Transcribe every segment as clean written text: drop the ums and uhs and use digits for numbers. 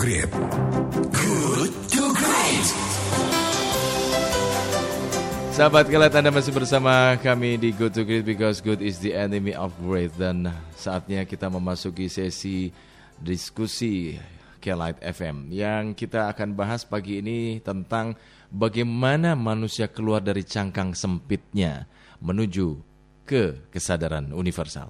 Great. Good to Great. Sahabat Kelet, Anda masih bersama kami di Good to Great because good is the enemy of great. Dan saatnya kita memasuki sesi diskusi Kelet FM. Yang kita akan bahas pagi ini tentang bagaimana manusia keluar dari cangkang sempitnya menuju ke kesadaran universal.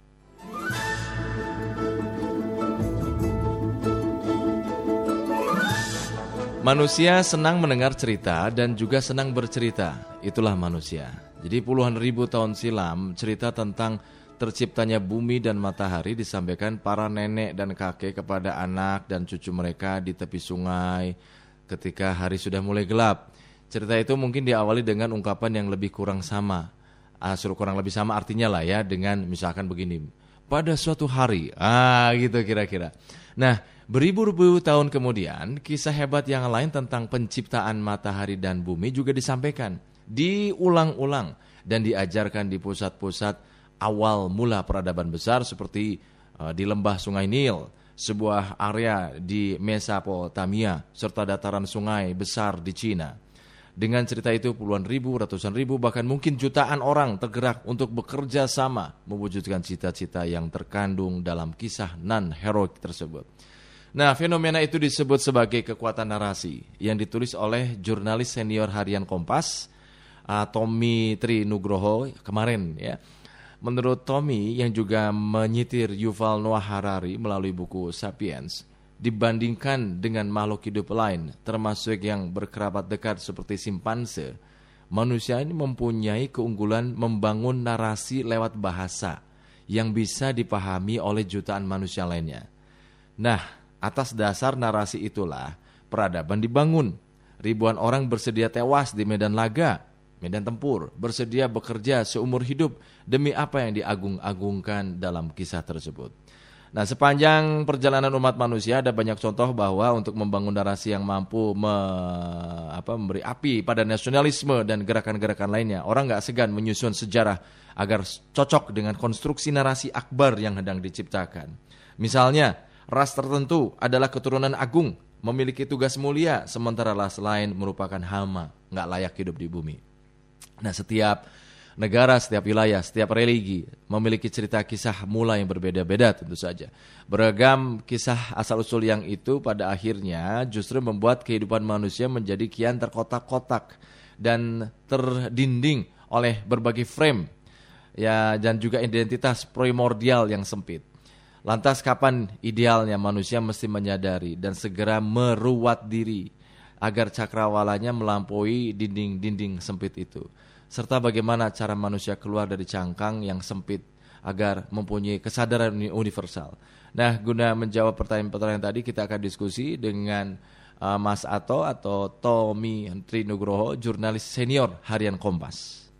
Manusia senang mendengar cerita dan juga senang bercerita. Itulah manusia. Jadi puluhan ribu tahun silam, cerita tentang terciptanya bumi dan matahari disampaikan para nenek dan kakek kepada anak dan cucu mereka di tepi sungai ketika hari sudah mulai gelap. Cerita itu mungkin diawali dengan ungkapan yang lebih kurang sama. Kurang lebih sama artinya lah ya, dengan misalkan begini. Pada suatu hari, gitu kira-kira. Nah, beribu-ribu tahun kemudian, kisah hebat yang lain tentang penciptaan matahari dan bumi juga disampaikan, diulang-ulang, dan diajarkan di pusat-pusat awal mula peradaban besar seperti di lembah Sungai Nil, sebuah area di Mesopotamia, serta dataran sungai besar di Cina. Dengan cerita itu puluhan ribu, ratusan ribu, bahkan mungkin jutaan orang tergerak untuk bekerja sama mewujudkan cita-cita yang terkandung dalam kisah non-heroik tersebut. Nah, fenomena itu disebut sebagai kekuatan narasi yang ditulis oleh jurnalis senior harian Kompas, Tommy Trinugroho kemarin ya. Menurut Tommy yang juga menyitir Yuval Noah Harari melalui buku Sapiens, dibandingkan dengan makhluk hidup lain, termasuk yang berkerabat dekat seperti simpanse, manusia ini mempunyai keunggulan membangun narasi lewat bahasa yang bisa dipahami oleh jutaan manusia lainnya. Nah, atas dasar narasi itulah peradaban dibangun. Ribuan orang bersedia tewas di medan laga, medan tempur, bersedia bekerja seumur hidup demi apa yang diagung-agungkan dalam kisah tersebut. Nah, sepanjang perjalanan umat manusia ada banyak contoh bahwa untuk membangun narasi yang mampu memberi api pada nasionalisme dan gerakan-gerakan lainnya, orang gak segan menyusun sejarah agar cocok dengan konstruksi narasi akbar yang sedang diciptakan. Misalnya, ras tertentu adalah keturunan agung, memiliki tugas mulia, sementara ras lain merupakan hama, gak layak hidup di bumi. Nah, setiap negara, setiap wilayah, setiap religi memiliki cerita kisah mula yang berbeda-beda tentu saja. Beragam kisah asal-usul yang itu pada akhirnya justru membuat kehidupan manusia menjadi kian terkotak-kotak dan terdinding oleh berbagai frame ya, dan juga identitas primordial yang sempit. Lantas kapan idealnya manusia mesti menyadari dan segera meruat diri agar cakrawalanya melampaui dinding-dinding sempit itu? Serta bagaimana cara manusia keluar dari cangkang yang sempit agar mempunyai kesadaran universal. Nah, guna menjawab pertanyaan-pertanyaan tadi, kita akan diskusi dengan Mas Ato atau Tommy Trinugroho, jurnalis senior harian Kompas.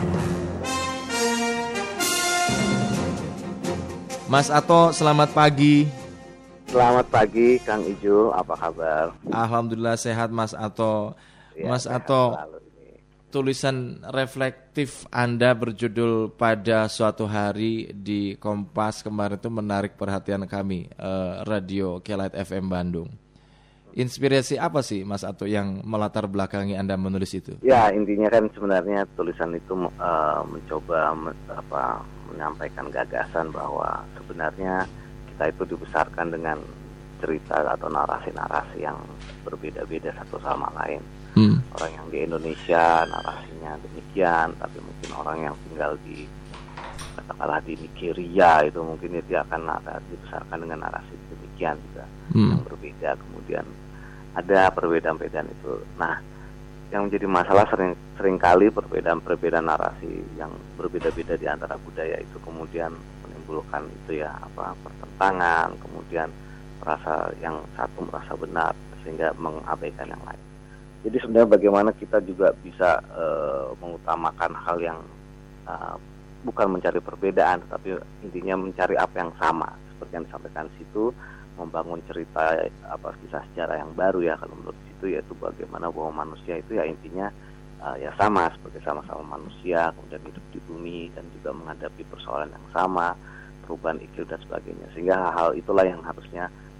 Mas Ato, selamat pagi. Selamat pagi, Kang Ijo. Apa kabar? Alhamdulillah sehat, Mas Ato. Ya, Mas Ato, tulisan reflektif Anda berjudul Pada Suatu Hari di Kompas kemarin itu menarik perhatian kami, Radio Kelet FM Bandung. Inspirasi apa sih, Mas Ato, yang melatar belakangi Anda menulis itu? Ya, intinya kan sebenarnya tulisan itu mencoba menyampaikan gagasan bahwa sebenarnya kita itu dibesarkan dengan cerita atau narasi-narasi yang berbeda-beda satu sama lain. Orang yang di Indonesia narasinya demikian, tapi mungkin orang yang tinggal di katakanlah di Nigeria itu mungkin dia akan dibesarkan dengan narasi demikian juga yang berbeda. Kemudian ada perbedaan-perbedaan itu. Nah, yang menjadi masalah seringkali perbedaan narasi yang berbeda-beda di antara budaya itu kemudian menimbulkan itu ya pertentangan, kemudian yang satu merasa benar sehingga mengabaikan yang lain. Jadi sebenarnya bagaimana kita juga bisa mengutamakan hal yang bukan mencari perbedaan, tetapi intinya mencari apa yang sama. Seperti yang disampaikan di situ, membangun cerita kisah sejarah yang baru ya kalau menurut situ, yaitu bagaimana bahwa manusia itu ya intinya ya sama sebagai sama-sama manusia, kemudian hidup di bumi dan juga menghadapi persoalan yang sama, perubahan iklim dan sebagainya. Sehingga hal-hal itulah yang harusnya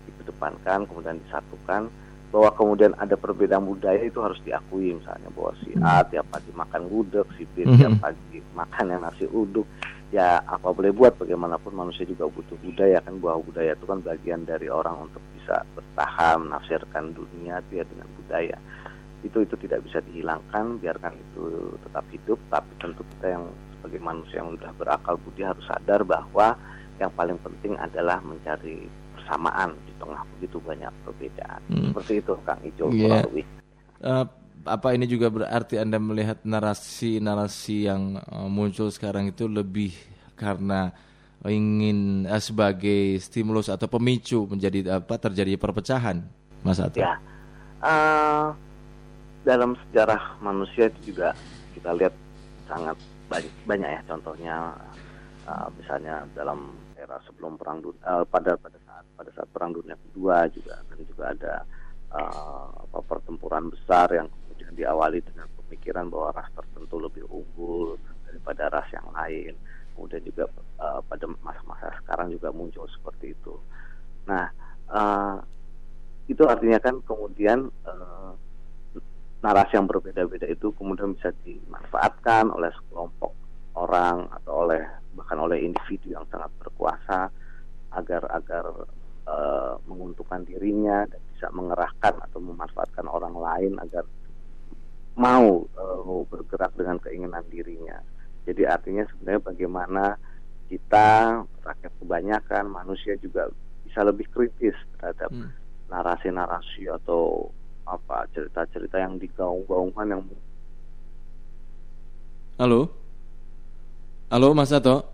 dikedepankan, kemudian disatukan, bahwa kemudian ada perbedaan budaya itu harus diakui, misalnya bahwa si A tiap pagi makan gudeg, si B tiap pagi makan yang nasi uduk. Ya apa boleh buat, bagaimanapun manusia juga butuh budaya kan, bahwa budaya itu kan bagian dari orang untuk bisa bertahan, menafsirkan dunia itu ya dengan budaya. Itu tidak bisa dihilangkan, biarkan itu tetap hidup, tapi tentu kita yang sebagai manusia yang sudah berakal budi harus sadar bahwa yang paling penting adalah mencari persamaan di tengah begitu banyak perbedaan. Seperti itu Kang Ijo. Yeah. Apa ini juga berarti Anda melihat narasi-narasi yang muncul sekarang itu lebih karena ingin sebagai stimulus atau pemicu menjadi terjadi perpecahan, Mas Ato? Ya, dalam sejarah manusia itu juga kita lihat sangat banyak ya, contohnya misalnya dalam era sebelum perang dunia, pada saat perang dunia kedua juga ada pertempuran besar yang kemudian diawali dengan pemikiran bahwa ras tertentu lebih unggul daripada ras yang lain. Kemudian juga pada masa-masa sekarang juga muncul seperti itu. Nah, itu artinya kan kemudian narasi yang berbeda-beda itu kemudian bisa dimanfaatkan oleh sekelompok orang atau bahkan oleh individu yang sangat berkuasa agar menguntungkan dirinya dan bisa mengerahkan atau memanfaatkan orang lain agar mau bergerak dengan keinginan dirinya. Jadi artinya sebenarnya bagaimana kita rakyat kebanyakan manusia juga bisa lebih kritis terhadap narasi-narasi atau cerita-cerita yang digaung-gaungkan yang. Halo Mas Ato.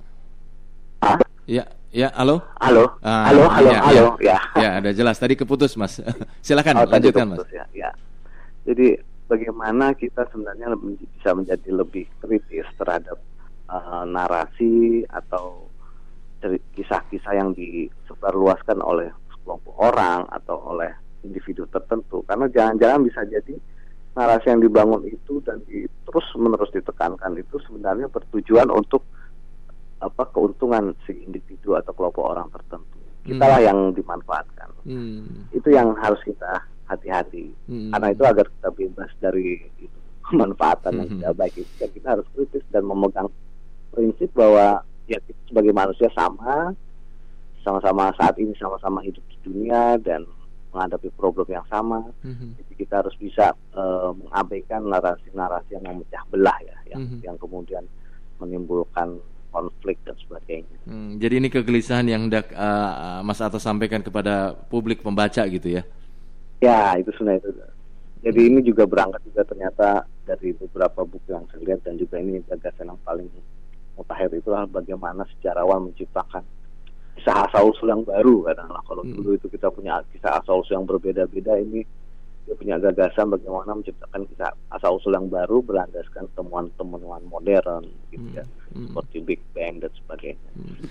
Ya, halo. Halo. Ya, ada jelas. Tadi keputus, Mas. Silakan lanjutkan, Mas. Ya. Jadi bagaimana kita sebenarnya bisa menjadi lebih kritis terhadap narasi atau kisah-kisah yang disebarluaskan oleh sekelompok orang atau oleh individu tertentu, karena jangan-jangan bisa jadi narasi yang dibangun itu dan terus-menerus ditekankan itu sebenarnya bertujuan untuk keuntungan si individu atau kelompok orang tertentu. Kitalah yang dimanfaatkan. Itu yang harus kita hati-hati. Karena itu agar kita bebas dari pemanfaatan yang tidak baik itu, kita harus kritis dan memegang prinsip bahwa ya kita sebagai manusia sama-sama saat ini sama-sama hidup di dunia dan menghadapi problem yang sama. Jadi kita harus bisa mengabaikan narasi-narasi yang memecah belah ya, yang kemudian menimbulkan konflik dan sebagainya. Jadi ini kegelisahan yang Mas Ato sampaikan kepada publik pembaca gitu ya? Ya, itu sebenarnya itu. Jadi ini juga berangkat juga ternyata dari beberapa buku yang saya lihat, dan juga ini gagasan yang paling mutakhir itulah bagaimana sejarawan menciptakan kisah asal-usul yang baru. Katakanlah kalau dulu itu kita punya kisah asal-usul yang berbeda-beda, ini dia punya gagasan bagaimana menciptakan kisah asal-usul yang baru berlandaskan temuan-temuan modern gitu ya, seperti Big Bang dan sebagainya.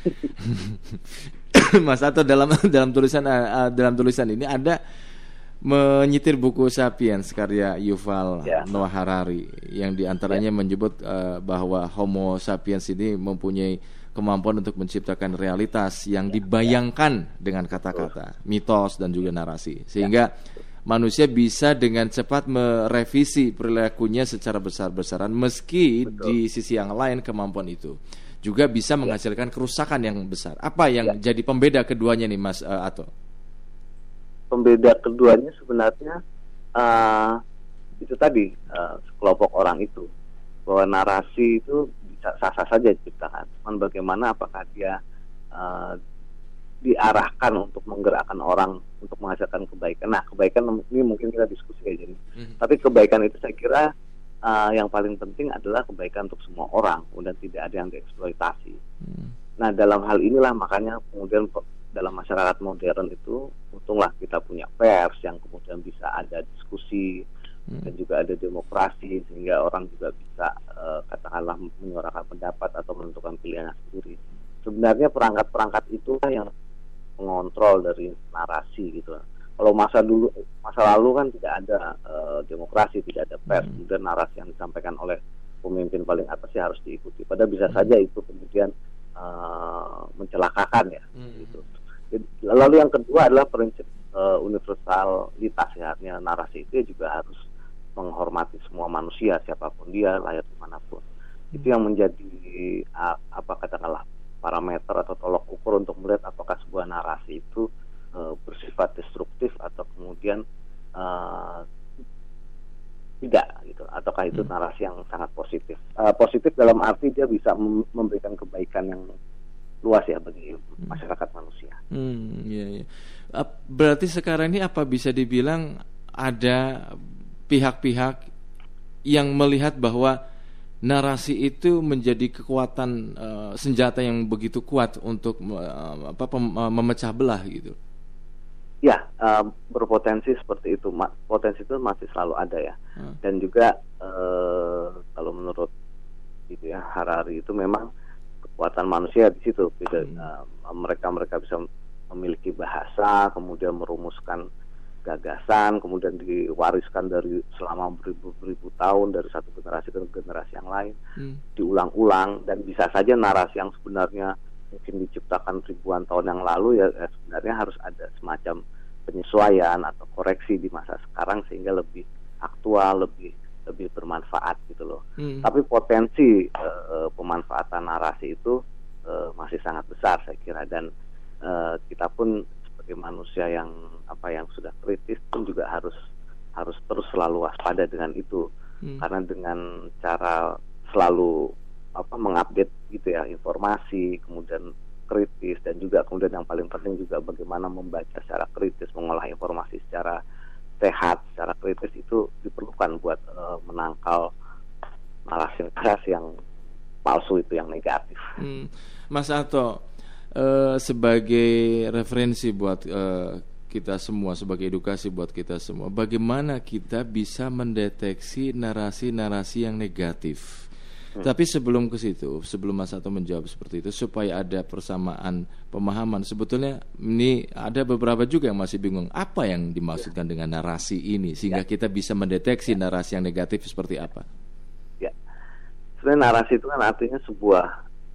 Mas Ato dalam tulisan ini ada menyitir buku Sapiens karya Yuval Noah Harari yang diantaranya menyebut bahwa Homo sapiens ini mempunyai kemampuan untuk menciptakan realitas yang dibayangkan dengan kata-kata, mitos dan juga narasi, sehingga manusia bisa dengan cepat merevisi perilakunya secara besar-besaran, meski di sisi yang lain kemampuan itu juga bisa menghasilkan kerusakan yang besar. Apa yang jadi pembeda keduanya nih, Mas Ato? Pembeda keduanya sebenarnya itu tadi sekelompok orang itu, bahwa narasi itu bisa sah-sah saja diciptakan, cuman bagaimana apakah dia diarahkan untuk menggerakkan orang untuk menghasilkan kebaikan. Nah, kebaikan ini mungkin kita diskusi aja nih. Tapi kebaikan itu saya kira yang paling penting adalah kebaikan untuk semua orang, kemudian tidak ada yang dieksploitasi. Nah, dalam hal inilah makanya kemudian dalam masyarakat modern itu untunglah kita punya pers yang kemudian bisa ada diskusi dan juga ada demokrasi, sehingga orang juga bisa katakanlah menyuarakan pendapat atau menentukan pilihannya sendiri. Sebenarnya perangkat-perangkat itu yang mengontrol dari narasi gitu. Kalau masa lalu kan tidak ada demokrasi, tidak ada pers, kemudian narasi yang disampaikan oleh pemimpin paling atas harus diikuti. Padahal bisa saja itu kemudian mencelakakan ya. Gitu. Lalu yang kedua adalah prinsip universalitas ya, artinya narasi itu juga harus menghormati semua manusia siapapun dia, lahir dimanapun. Itu yang menjadi katakanlah parameter atau tolok ukur untuk melihat apakah sebuah narasi itu bersifat destruktif atau kemudian tidak gitu, ataukah itu narasi yang sangat positif. Positif dalam arti dia bisa memberikan kebaikan yang luas ya bagi masyarakat manusia. Iya. Berarti sekarang ini apa bisa dibilang ada pihak-pihak yang melihat bahwa narasi itu menjadi kekuatan senjata yang begitu kuat untuk memecah belah gitu? Ya, berpotensi seperti itu. Potensi itu masih selalu ada ya. Dan juga kalau menurut gitu ya, Harari itu memang kekuatan manusia di situ. Mereka bisa memiliki bahasa, kemudian merumuskan gagasan, kemudian diwariskan dari selama beribu-ribu tahun dari satu generasi ke generasi yang lain, diulang-ulang, dan bisa saja narasi yang sebenarnya mungkin diciptakan ribuan tahun yang lalu ya sebenarnya harus ada semacam penyesuaian atau koreksi di masa sekarang sehingga lebih aktual, lebih bermanfaat gitu loh. Tapi potensi pemanfaatan narasi itu masih sangat besar saya kira, dan kita pun sebagai manusia yang sudah kritis pun juga harus terus selalu waspada dengan itu, karena dengan cara selalu mengupdate gitu ya informasi, kemudian kritis, dan juga kemudian yang paling penting juga bagaimana membaca secara kritis, mengolah informasi secara sehat, secara kritis, itu diperlukan buat menangkal narasi yang palsu itu, yang negatif. Mas Ato, sebagai referensi buat kita semua, sebagai edukasi buat kita semua, bagaimana kita bisa mendeteksi narasi-narasi yang negatif? Tapi sebelum ke situ, sebelum Mas Ato menjawab seperti itu, supaya ada persamaan pemahaman, sebetulnya ini ada beberapa juga yang masih bingung apa yang dimaksudkan dengan narasi ini, sehingga kita bisa mendeteksi narasi yang negatif seperti apa. Ya, sebenarnya narasi itu kan artinya sebuah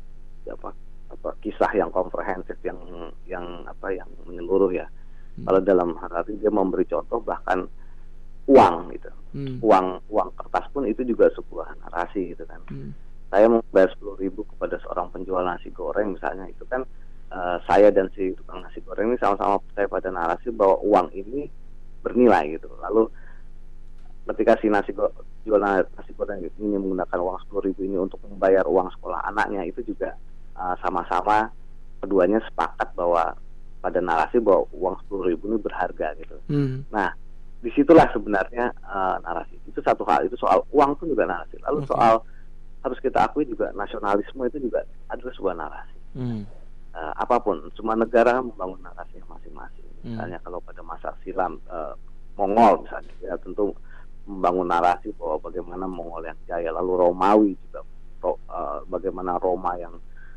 kisah yang komprehensif, yang menyeluruh ya. Kalau dalam Harari dia memberi contoh bahkan uang gitu. Uang kertas pun itu juga sebuah narasi gitu kan. Saya mau bayar 10.000 kepada seorang penjual nasi goreng misalnya, itu kan saya dan si tukang nasi goreng ini sama-sama percaya pada narasi bahwa uang ini bernilai gitu. Lalu ketika si jual nasi goreng ini menggunakan uang 10.000 ini untuk membayar uang sekolah anaknya, itu juga sama-sama keduanya sepakat bahwa pada narasi bahwa uang 10.000 ini berharga gitu. Nah, disitulah sebenarnya narasi itu satu hal, itu soal uang pun juga narasi. Lalu soal, harus kita akui juga, nasionalisme itu juga adalah sebuah narasi. Apapun, semua negara membangun narasinya masing-masing. Misalnya kalau pada masa silam Mongol misalnya, ya tentu membangun narasi bahwa bagaimana Mongol yang jaya, lalu Romawi juga bagaimana Roma yang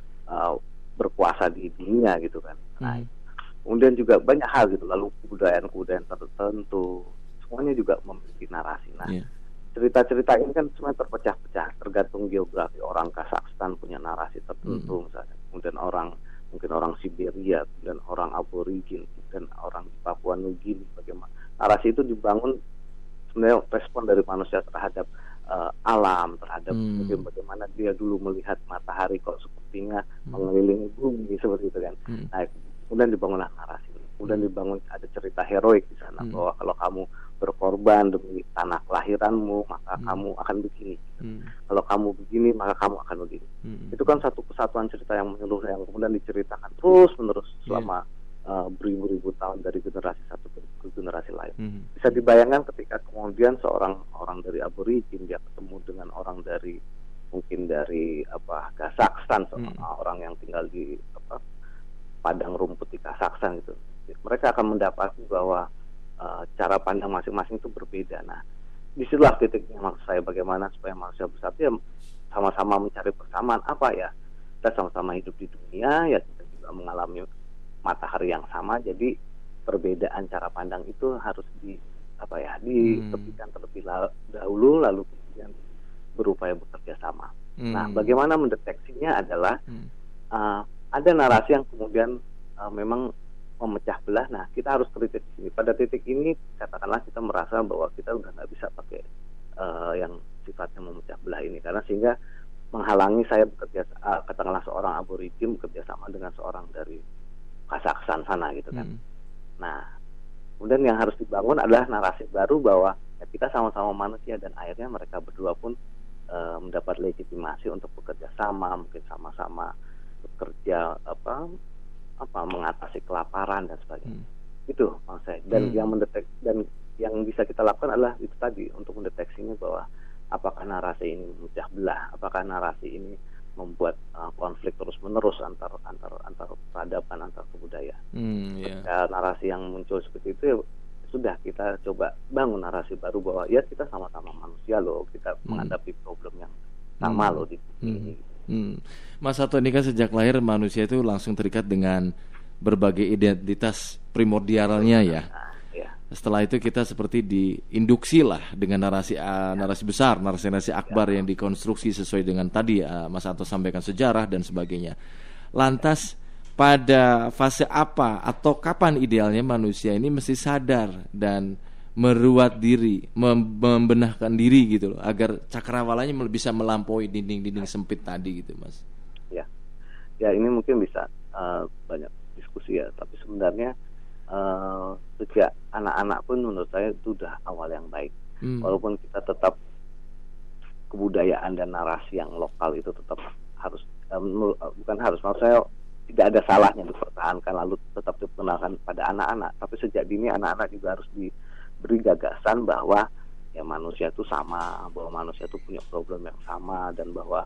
berkuasa di dunia gitu kan. Nah, kemudian juga banyak hal gitu, lalu kebudayaan tertentu, semuanya juga memiliki narasi. Nah, cerita-cerita ini kan semuanya terpecah-pecah, tergantung geografi. Orang Kazakhstan punya narasi tertentu misalnya, kemudian mungkin orang Siberia, kemudian orang aborigin, kemudian orang di Papua Nugini. Bagaimana narasi itu dibangun sebenarnya respon dari manusia terhadap alam, terhadap bagaimana dia dulu melihat matahari kok sepertinya mengelilingi bumi seperti itu kan. Nah, kemudian dibangunlah narasi. Kemudian dibangun ada cerita heroik di sana, bahwa kalau kamu berkorban demi tanah kelahiranmu, maka kamu akan begini. Kalau kamu begini, maka kamu akan begini. Itu kan satu kesatuan cerita yang menyeluruh, yang kemudian diceritakan terus menerus selama beribu-ribu tahun dari generasi satu ke generasi lain. Bisa dibayangkan ketika kemudian seorang orang dari aborigin dia ketemu dengan orang dari Kazakhstan, orang yang tinggal di padang rumput di Kazakhstan gitu. Mereka akan mendapati bahwa cara pandang masing-masing itu berbeda. Nah, disitulah titiknya maksud saya, bagaimana supaya manusia bersatu ya sama-sama mencari persamaan. Apa ya, kita sama-sama hidup di dunia, ya kita juga mengalami matahari yang sama. Jadi perbedaan cara pandang itu harus ditepikan terlebih dahulu, lalu kemudian berupaya bekerja sama. Nah, bagaimana mendeteksinya adalah ada narasi yang kemudian memang memecah belah. Nah, kita harus kritis di sini. Pada titik ini katakanlah kita merasa bahwa kita udah nggak bisa pakai yang sifatnya memecah belah ini, karena sehingga menghalangi saya bekerja, katakanlah seorang aborigin bekerja sama dengan seorang dari Kazakhstan sana gitu kan. Nah, kemudian yang harus dibangun adalah narasi baru bahwa ya kita sama-sama manusia, dan akhirnya mereka berdua pun mendapat legitimasi untuk bekerja sama, mungkin sama-sama bekerja mengatasi kelaparan dan sebagainya. Itu maksud saya. Dan yang bisa kita lakukan adalah itu tadi, untuk mendeteksinya bahwa apakah narasi ini memecah belah, apakah narasi ini membuat konflik terus-menerus antar peradaban, antar kebudayaan. Ketika narasi yang muncul seperti itu, ya sudah, kita coba bangun narasi baru bahwa ya kita sama-sama manusia loh, kita menghadapi problem yang sama loh di bumi ini. Mas Hato, ini kan sejak lahir manusia itu langsung terikat dengan berbagai identitas primordialnya ya. Setelah itu kita seperti diinduksi lah dengan narasi besar, narasi akbar yang dikonstruksi sesuai dengan tadi Mas Hato sampaikan, sejarah dan sebagainya. Lantas pada fase apa atau kapan idealnya manusia ini mesti sadar dan meruat diri, membenahkan diri gitu loh, agar cakrawalanya bisa melampaui dinding-dinding sempit tadi gitu, Mas? Ya ini mungkin bisa banyak diskusi ya, tapi sebenarnya sejak anak-anak pun menurut saya itu sudah awal yang baik. Walaupun kita tetap kebudayaan dan narasi yang lokal itu tetap harus, bukan harus, maksud saya tidak ada salahnya dipertahankan lalu tetap diperkenalkan pada anak-anak. Tapi sejak dini anak-anak juga harus diberi gagasan bahwa ya manusia itu sama, bahwa manusia itu punya problem yang sama, dan bahwa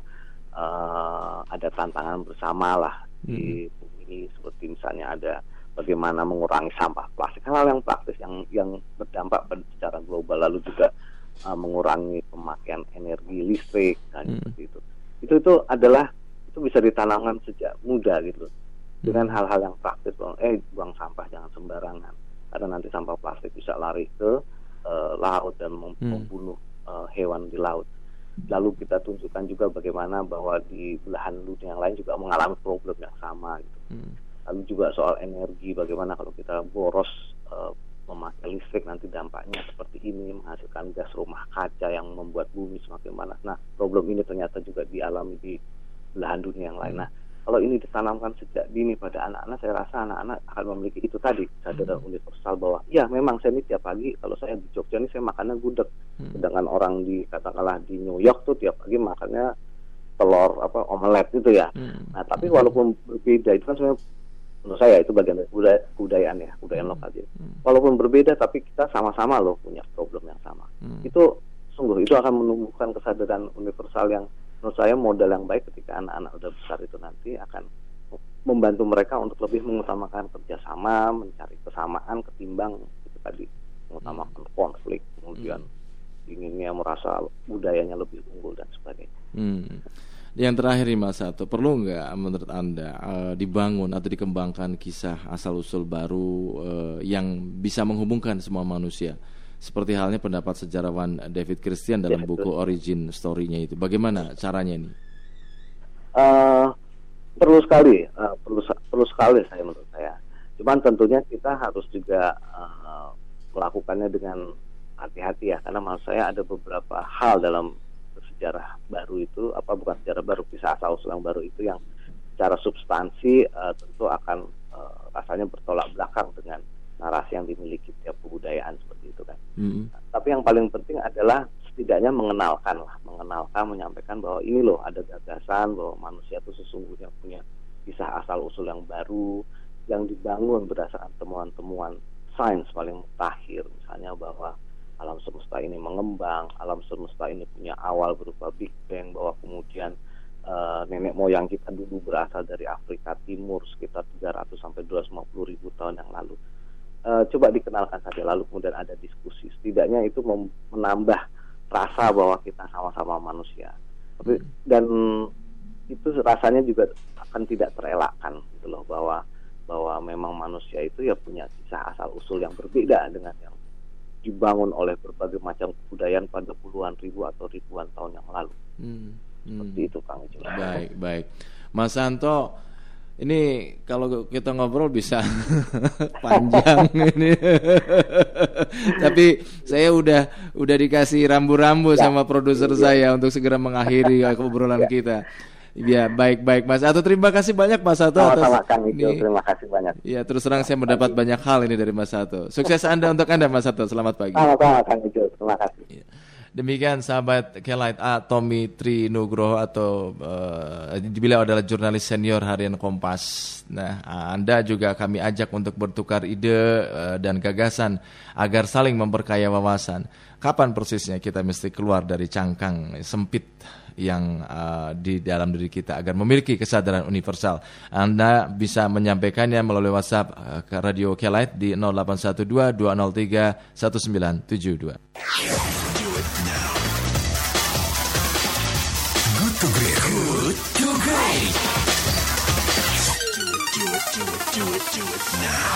ada tantangan bersama lah di bumi ini, seperti misalnya ada bagaimana mengurangi sampah plastik, hal-hal yang praktis yang berdampak secara global, lalu juga mengurangi pemakaian energi listrik dan seperti itu. Itu adalah, itu bisa ditanamkan sejak muda gitu, dengan hal-hal yang praktis, buang sampah jangan sembarangan, karena nanti sampah plastik bisa lari ke laut dan membunuh hewan di laut. Lalu kita tunjukkan juga bagaimana bahwa di belahan dunia yang lain juga mengalami problem yang sama gitu. Lalu juga soal energi, bagaimana kalau kita boros memakai listrik nanti dampaknya seperti ini, menghasilkan gas rumah kaca yang membuat bumi semakin panas. Nah, problem ini ternyata juga dialami di belahan dunia yang lain. Nah, kalau ini ditanamkan sejak dini pada anak-anak, saya rasa anak-anak akan memiliki itu tadi, kesadaran universal bahwa ya memang saya ini tiap pagi, kalau saya di Jogja ini saya makannya gudeg, sedangkan orang di katakanlah di New York tuh tiap pagi makannya telur omelet gitu ya. Nah, tapi walaupun berbeda, itu kan sebenarnya menurut saya itu bagian dari kebudayaan ya, kebudayaan lokal. Walaupun berbeda, tapi kita sama-sama loh punya problem yang sama. Itu sungguh itu akan menumbuhkan kesadaran universal yang menurut saya modal yang baik ketika anak-anak udah besar itu nanti akan membantu mereka untuk lebih mengutamakan kerjasama, mencari kesamaan ketimbang itu tadi mengutamakan konflik, kemudian inginnya merasa budayanya lebih unggul dan sebagainya. Yang terakhir nih Mas Hato, perlu nggak menurut Anda dibangun atau dikembangkan kisah asal-usul baru yang bisa menghubungkan semua manusia? Seperti halnya pendapat sejarawan David Christian dalam buku Origin Story-nya itu. Bagaimana caranya nih? Perlu sekali saya menurut saya. Cuman tentunya kita harus juga melakukannya dengan hati-hati ya, karena menurut saya ada beberapa hal dalam sejarah baru itu, bukan sejarah baru, kisah asal-usul yang baru itu yang secara substansi tentu akan rasanya bertolak belakang dengan narasi yang dimiliki tiap kebudayaan seperti itu kan. Tapi yang paling penting adalah setidaknya mengenalkan, menyampaikan bahwa ini loh ada gagasan bahwa manusia itu sesungguhnya punya kisah asal-usul yang baru yang dibangun berdasarkan temuan-temuan sains paling mutakhir, misalnya bahwa alam semesta ini mengembang, alam semesta ini punya awal berupa Big Bang, bahwa kemudian nenek moyang kita dulu berasal dari Afrika Timur sekitar 300 sampai 250 ribu tahun yang lalu. Coba dikenalkan saja, lalu kemudian ada diskusi. Setidaknya itu menambah rasa bahwa kita sama-sama manusia. Dan itu rasanya juga akan tidak terelakkan gitu loh, bahwa memang manusia itu ya punya kisah asal usul yang berbeda dengan yang dibangun oleh berbagai macam kebudayaan pada puluhan ribu atau ribuan tahun yang lalu. Seperti itu Kang Ijul. Baik. Mas Santo, Ini kalau kita ngobrol bisa panjang ini. Tapi saya udah dikasih rambu-rambu sama produser saya untuk segera mengakhiri obrolan kita. Ya, baik Mas Ato, terima kasih banyak Mas Ato atas ini. Terima kasih banyak. Ya, terus terang saya mendapat banyak hal ini dari Mas Ato. Sukses untuk Anda Mas Ato. Selamat pagi. Sama-sama Kang Ijo, terima kasih. Demikian sahabat K-Lite Tommy Tri Nugroho atau beliau adalah jurnalis senior harian Kompas. Nah, Anda juga kami ajak untuk bertukar ide dan gagasan agar saling memperkaya wawasan. Kapan persisnya kita mesti keluar dari cangkang sempit yang di dalam diri kita agar memiliki kesadaran universal. Anda bisa menyampaikannya melalui WhatsApp ke Radio K-Lite di 0812 203 1972. Good to Great. Good to Great. Do it now.